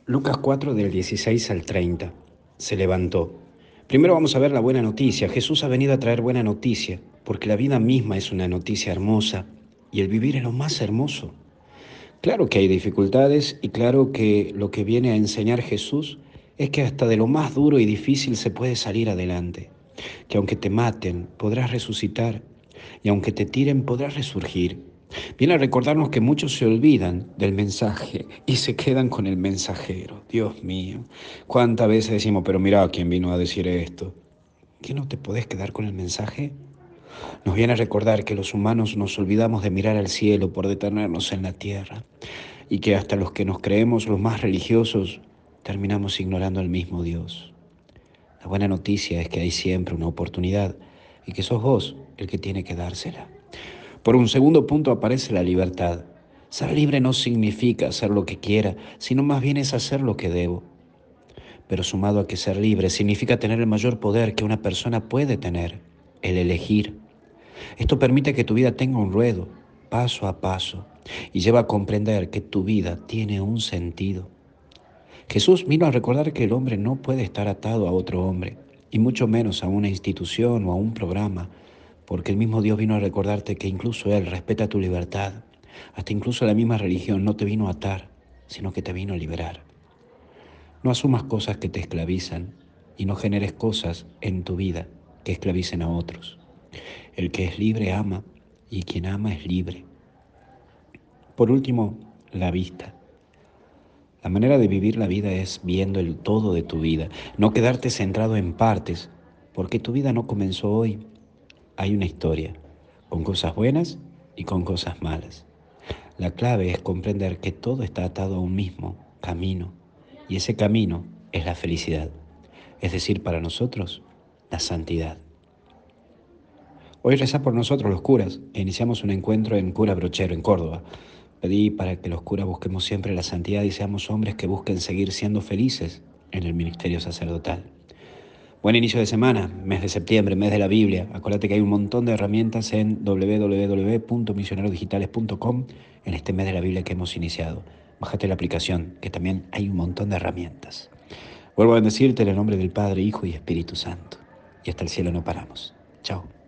Lucas 4 del 16 al 30. Se levantó. Primero vamos a ver la buena noticia. Jesús ha venido a traer buena noticia, porque la vida misma es una noticia hermosa y el vivir es lo más hermoso. Claro que hay dificultades y claro que lo que viene a enseñar Jesús es que hasta de lo más duro y difícil se puede salir adelante, que aunque te maten, podrás resucitar y aunque te tiren, podrás resurgir. Viene a recordarnos que muchos se olvidan del mensaje y se quedan con el mensajero. Dios mío, cuántas veces decimos, pero mira quién vino a decir esto. ¿Qué no te podés quedar con el mensaje? Nos viene a recordar que los humanos nos olvidamos de mirar al cielo por detenernos en la tierra y que hasta los que nos creemos los más religiosos terminamos ignorando al mismo Dios. La buena noticia es que hay siempre una oportunidad y que sos vos el que tiene que dársela. Por un segundo punto aparece la libertad. Ser libre no significa hacer lo que quiera, sino más bien es hacer lo que debo. Pero sumado a que ser libre significa tener el mayor poder que una persona puede tener, el elegir. Esto permite que tu vida tenga un ruedo, paso a paso, y lleva a comprender que tu vida tiene un sentido. Jesús vino a recordar que el hombre no puede estar atado a otro hombre, y mucho menos a una institución o a un programa, porque el mismo Dios vino a recordarte que incluso Él respeta tu libertad. Hasta incluso la misma religión no te vino a atar, sino que te vino a liberar. No asumas cosas que te esclavizan y no generes cosas en tu vida que esclavicen a otros. El que es libre ama y quien ama es libre. Por último, la vista. La manera de vivir la vida es viendo el todo de tu vida, no quedarte centrado en partes, porque tu vida no comenzó hoy. Hay una historia, con cosas buenas y con cosas malas. La clave es comprender que todo está atado a un mismo camino, y ese camino es la felicidad, es decir, para nosotros, la santidad. Hoy reza por nosotros los curas e iniciamos un encuentro en Cura Brochero, en Córdoba. Pedí para que los curas busquemos siempre la santidad y seamos hombres que busquen seguir siendo felices en el ministerio sacerdotal. Buen inicio de semana, mes de septiembre, mes de la Biblia. Acuérdate que hay un montón de herramientas en www.misionerosdigitales.com en este mes de la Biblia que hemos iniciado. Bájate la aplicación, que también hay un montón de herramientas. Vuelvo a bendecirte en el nombre del Padre, Hijo y Espíritu Santo. Y hasta el cielo no paramos. Chao.